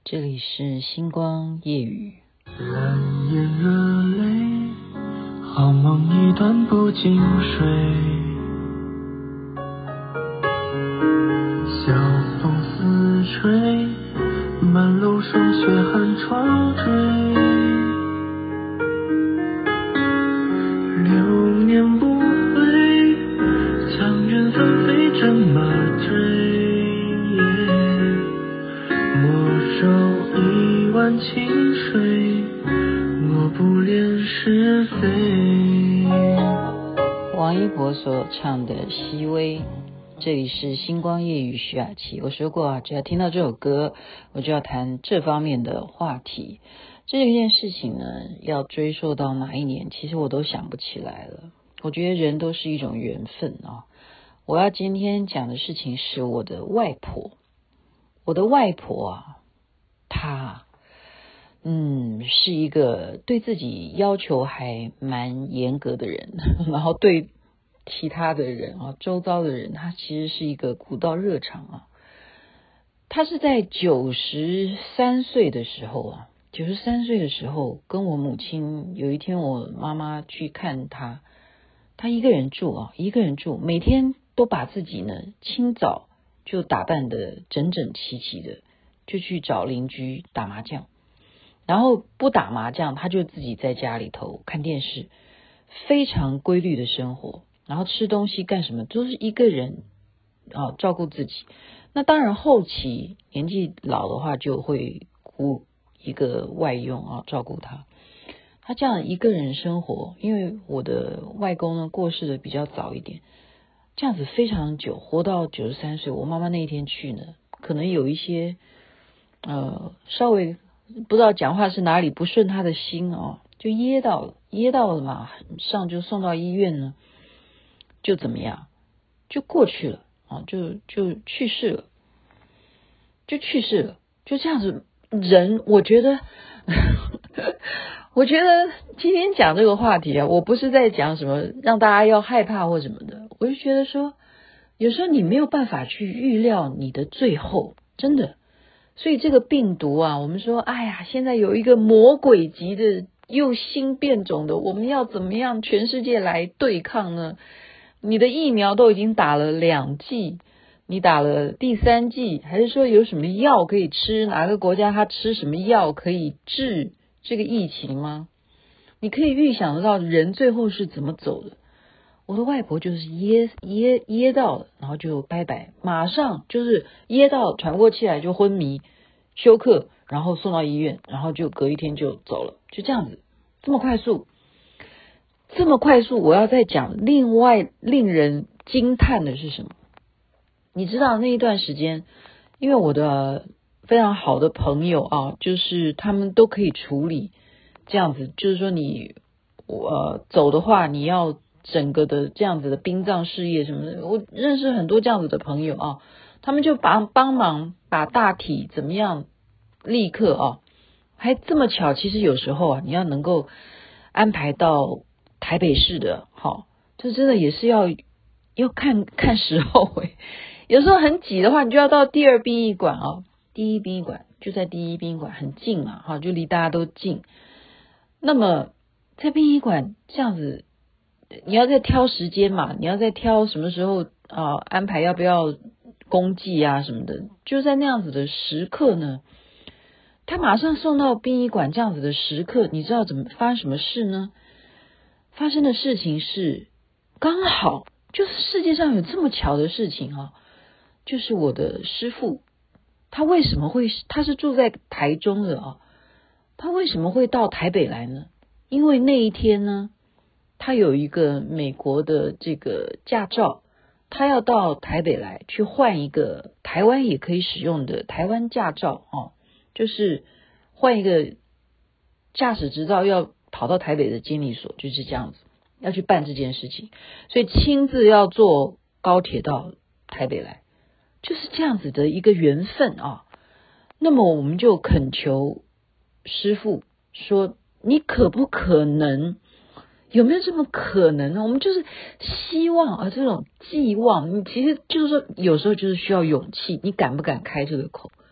这里是星光夜雨。 蓝眼热泪，好梦一段不经睡。晓风似吹，满楼霜雪寒窗坠。流年不回，将缘分飞针马追。莫守一碗清水，我不恋是非。 王一博所唱的《熹微》，这里是星光夜雨徐雅琪。我说过只要听到这首歌，我就要谈这方面的话题。这件事情呢，要追溯到哪一年，其实我都想不起来了。我觉得人都是一种缘分啊。我要今天讲的事情是我的外婆。我的外婆啊，她是一个对自己要求还蛮严格的人，然后对其他的人啊，周遭的人，她其实是一个古道热肠啊。她是在93岁的时候啊，93岁的时候，跟我母亲有一天，我妈妈去看她，她一个人住，每天都把自己呢清早就打扮得整整齐齐的，就去找邻居打麻将。然后不打麻将，他就自己在家里头看电视，非常规律的生活。然后吃东西干什么都是一个人照顾自己。那当然后期年纪老的话，就会雇一个外佣照顾他。他这样一个人生活，因为我的外公呢过世的比较早一点，这样子非常久，活到93岁。我妈妈那一天去呢，可能有一些稍微不知道讲话是哪里不顺他的心就噎到了嘛，上就送到医院呢，就怎么样，就过去了就去世了，就这样子。人我觉得我觉得今天讲这个话题我不是在讲什么让大家要害怕或什么的，我就觉得说有时候你没有办法去预料你的最后，真的。所以这个病毒我们说现在有一个魔鬼级的又新变种的，我们要怎么样全世界来对抗呢？你的疫苗都已经打了2剂，你打了第3剂，还是说有什么药可以吃？哪个国家他吃什么药可以治这个疫情吗？你可以预想得到人最后是怎么走的。我的外婆就是噎到了，然后就拜拜，马上就是噎到喘不过气来就昏迷休克，然后送到医院，然后就隔一天就走了，就这样子，这么快速。我要再讲另外令人惊叹的是什么？你知道那一段时间，因为我的非常好的朋友就是他们都可以处理这样子，就是说你走的话，你要整个的这样子的殡葬事业什么的，我认识很多这样子的朋友他们就帮忙把大体怎么样立刻还这么巧。其实有时候你要能够安排到台北市的这真的也是要看时候有时候很挤的话，你就要到第2殡仪馆第1殡仪馆就在第1殡仪馆很近嘛就离大家都近。那么在殡仪馆这样子，你要再挑时间嘛，你要再挑什么时候安排要不要公祭什么的，就在那样子的时刻呢，他马上送到殡仪馆这样子的时刻，你知道怎么发生什么事呢？发生的事情是刚好就是世界上有这么巧的事情就是我的师父，他是住在台中的他为什么会到台北来呢？因为那一天呢，他有一个美国的这个驾照，他要到台北来去换一个台湾也可以使用的台湾驾照就是换一个驾驶执照，要跑到台北的监理所，就是这样子要去办这件事情，所以亲自要坐高铁到台北来，就是这样子的一个缘分那么我们就恳求师父说，你可不可能，有没有这么可能呢？我们就是希望这种寄望，你其实就是说有时候就是需要勇气，你敢不敢开这个口？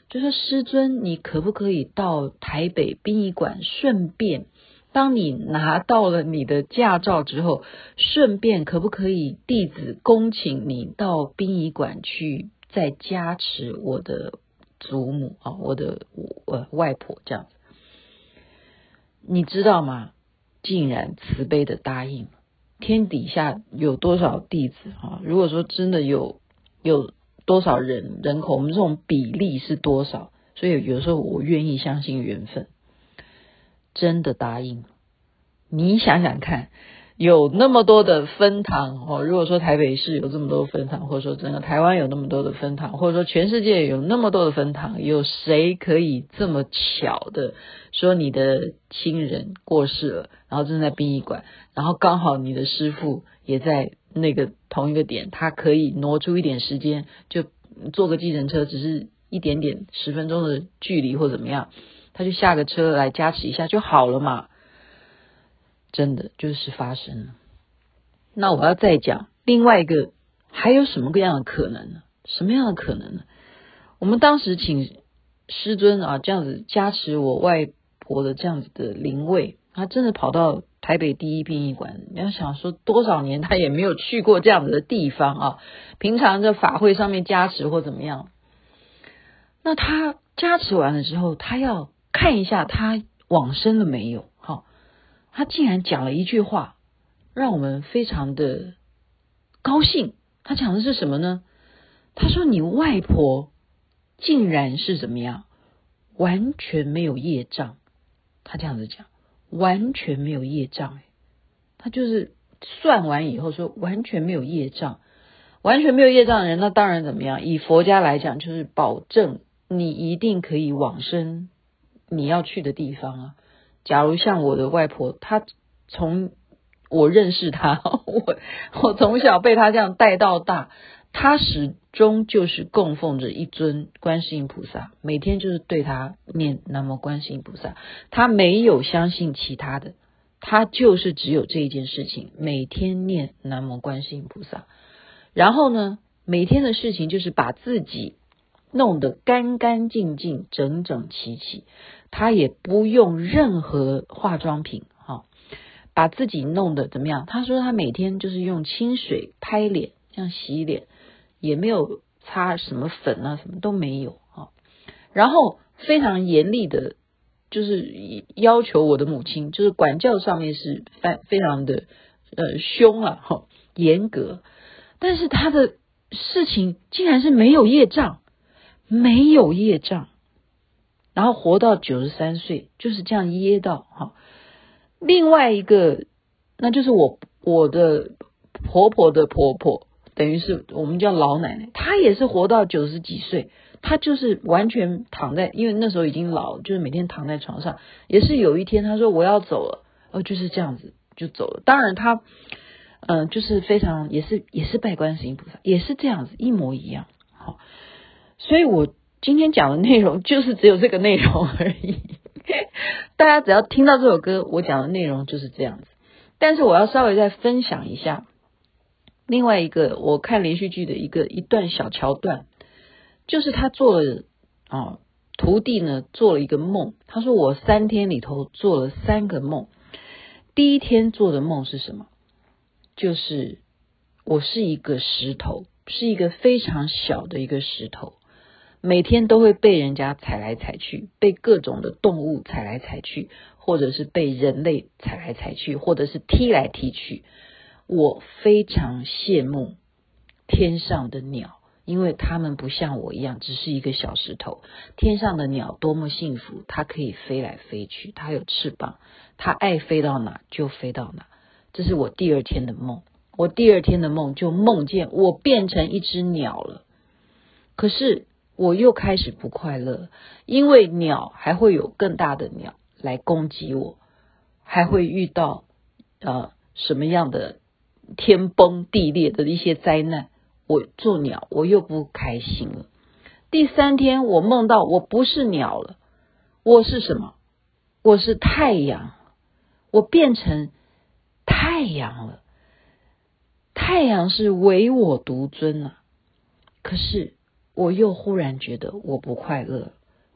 就说师尊，你可不可以到台北殡仪馆，顺便当你拿到了你的驾照之后，顺便可不可以弟子恭请你到殡仪馆去再加持我的祖母啊，我的外婆这样子。你知道吗？竟然慈悲的答应了。天底下有多少弟子啊？如果说真的有多少人口，我们这种比例是多少？所以有时候我愿意相信缘分，真的答应了。你想想看，有那么多的分堂哦，如果说台北市有这么多分堂，或者说整个台湾有那么多的分堂，或者说全世界有那么多的分堂，有谁可以这么巧的说你的亲人过世了，然后正在殡仪馆，然后刚好你的师父也在那个同一个点，他可以挪出一点时间，就坐个计程车，只是一点点10分钟的距离或怎么样，他就下个车来加持一下就好了嘛。真的就是发生了。那我要再讲另外一个，还有什么样的可能呢？什么样的可能呢？我们当时请师尊啊，这样子加持我外婆的这样子的灵位，他真的跑到台北第一殡仪馆。你要想说多少年他也没有去过这样子的地方啊，平常在法会上面加持或怎么样，那他加持完了之后，他要看一下他往生了没有。他竟然讲了一句话，让我们非常的高兴。他讲的是什么呢？他说你外婆竟然是怎么样，完全没有业障。他这样子讲，完全没有业障。他就是算完以后说完全没有业障。完全没有业障的人，那当然怎么样，以佛家来讲，就是保证你一定可以往生你要去的地方啊。假如像我的外婆，她从我认识她，我从小被她这样带到大，她始终就是供奉着一尊观世音菩萨，每天就是对她念南无观世音菩萨，她没有相信其他的，她就是只有这一件事情，每天念南无观世音菩萨。然后呢，每天的事情就是把自己弄得干干净净、整整齐齐，他也不用任何化妆品，把自己弄得怎么样？他说他每天就是用清水拍脸，这样洗脸，也没有擦什么粉啊，什么都没有。然后非常严厉的，就是要求我的母亲，就是管教上面是非常的凶啊，严格。但是他的事情竟然是没有业障，没有业障，然后活到93岁，就是这样噎到。另外一个，那就是我的婆婆的婆婆，等于是我们叫老奶奶，她也是活到90几岁，她就是完全躺在，因为那时候已经老了，就是每天躺在床上，也是有一天她说我要走了，就是这样子就走了。当然她就是非常也是拜观世音菩萨，也是这样子一模一样。好，所以我今天讲的内容就是只有这个内容而已。大家只要听到这首歌，我讲的内容就是这样子。但是我要稍微再分享一下另外一个我看连续剧的一段小桥段，就是他做了徒弟呢做了一个梦，他说我3天里头做了3个梦。第一天做的梦是什么？就是我是一个石头，是一个非常小的一个石头，每天都会被人家踩来踩去，被各种的动物踩来踩去，或者是被人类踩来踩去，或者是踢来踢去。我非常羡慕天上的鸟，因为它们不像我一样只是一个小石头。天上的鸟多么幸福，它可以飞来飞去，它有翅膀，它爱飞到哪就飞到哪。这是我第2天的梦。我第2天的梦就梦见我变成一只鸟了，可是我又开始不快乐，因为鸟还会有更大的鸟来攻击我，还会遇到什么样的天崩地裂的一些灾难，我做鸟我又不开心了。第3天我梦到我不是鸟了，我是什么？我是太阳，我变成太阳了。太阳是唯我独尊啊，可是我又忽然觉得我不快乐，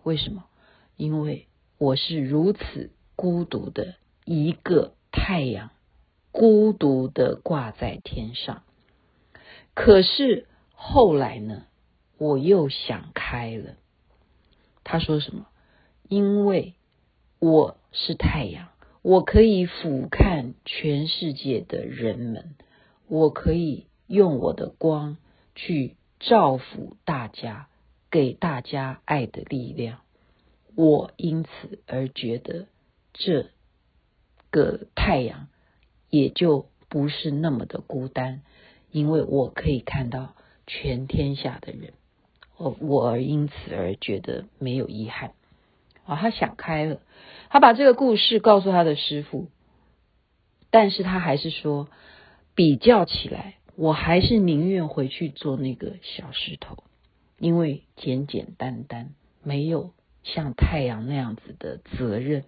为什么？因为我是如此孤独的一个太阳，孤独的挂在天上。可是后来呢，我又想开了。他说什么？因为我是太阳，我可以俯瞰全世界的人们，我可以用我的光去造福大家，给大家爱的力量。我因此而觉得这个太阳也就不是那么的孤单，因为我可以看到全天下的人，我而因此而觉得没有遗憾。他想开了，他把这个故事告诉他的师父，但是他还是说，比较起来，我还是宁愿回去做那个小石头，因为简简单单，没有像太阳那样子的责任。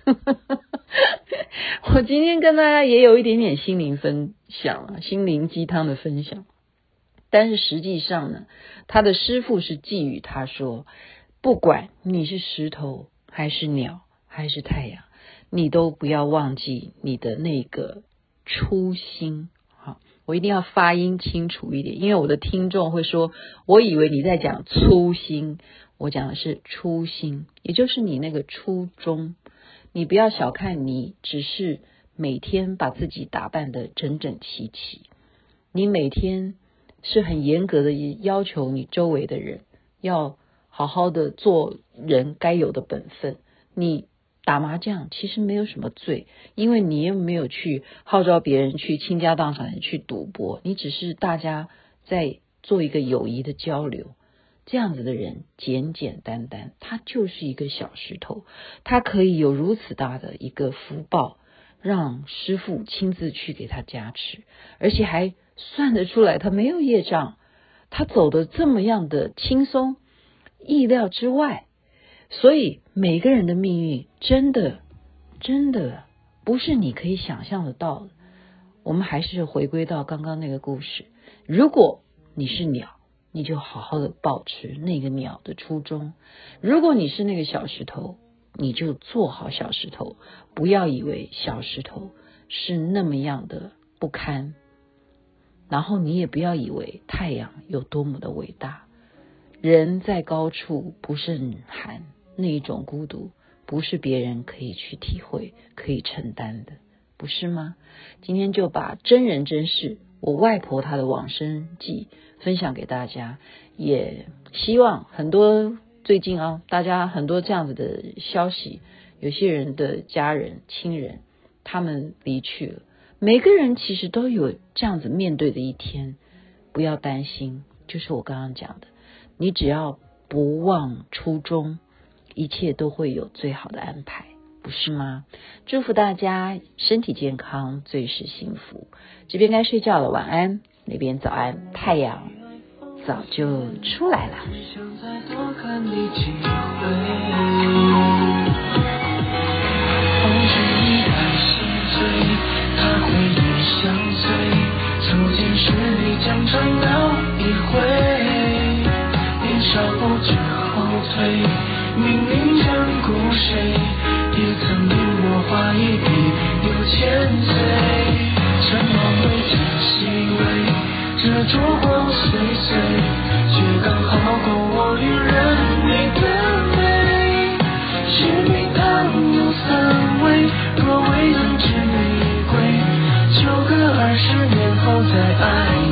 我今天跟大家也有一点点心灵分享，心灵鸡汤的分享，但是实际上呢，他的师父是寄语他说，不管你是石头还是鸟还是太阳，你都不要忘记你的那个初心。好，我一定要发音清楚一点，因为我的听众会说，我以为你在讲粗心，我讲的是初心，也就是你那个初衷。你不要小看你只是每天把自己打扮得整整齐齐，你每天是很严格的要求你周围的人要好好的做人该有的本分。你打麻将其实没有什么罪，因为你又没有去号召别人去倾家荡产的去赌博，你只是大家在做一个友谊的交流。这样子的人简简单单，他就是一个小石头，他可以有如此大的一个福报，让师父亲自去给他加持，而且还算得出来他没有业障，他走得这么样的轻松，意料之外。所以每个人的命运真的不是你可以想象得到的。我们还是回归到刚刚那个故事，如果你是鸟，你就好好的保持那个鸟的初衷，如果你是那个小石头，你就做好小石头，不要以为小石头是那么样的不堪，然后你也不要以为太阳有多么的伟大。人在高处不胜寒，那一种孤独不是别人可以去体会可以承担的，不是吗？今天就把真人真事，我外婆她的往生记分享给大家，也希望很多最近大家很多这样子的消息，有些人的家人亲人他们离去了，每个人其实都有这样子面对的一天，不要担心，就是我刚刚讲的，你只要不忘初衷，一切都会有最好的安排，不是吗？祝福大家身体健康，最是幸福。这边该睡觉了，晚安，那边早安，太阳早就出来了。 想再多看你几回，忘记你的心醉，他回忆相随，初见时你将转到一回，年少不知后退，明明将顾谁，也曾因我画一笔又千岁，曾望为这细微，这烛光岁岁，却刚好够我与人美的美，是名堂有三味，若未能知玫瑰，就隔20年后再爱。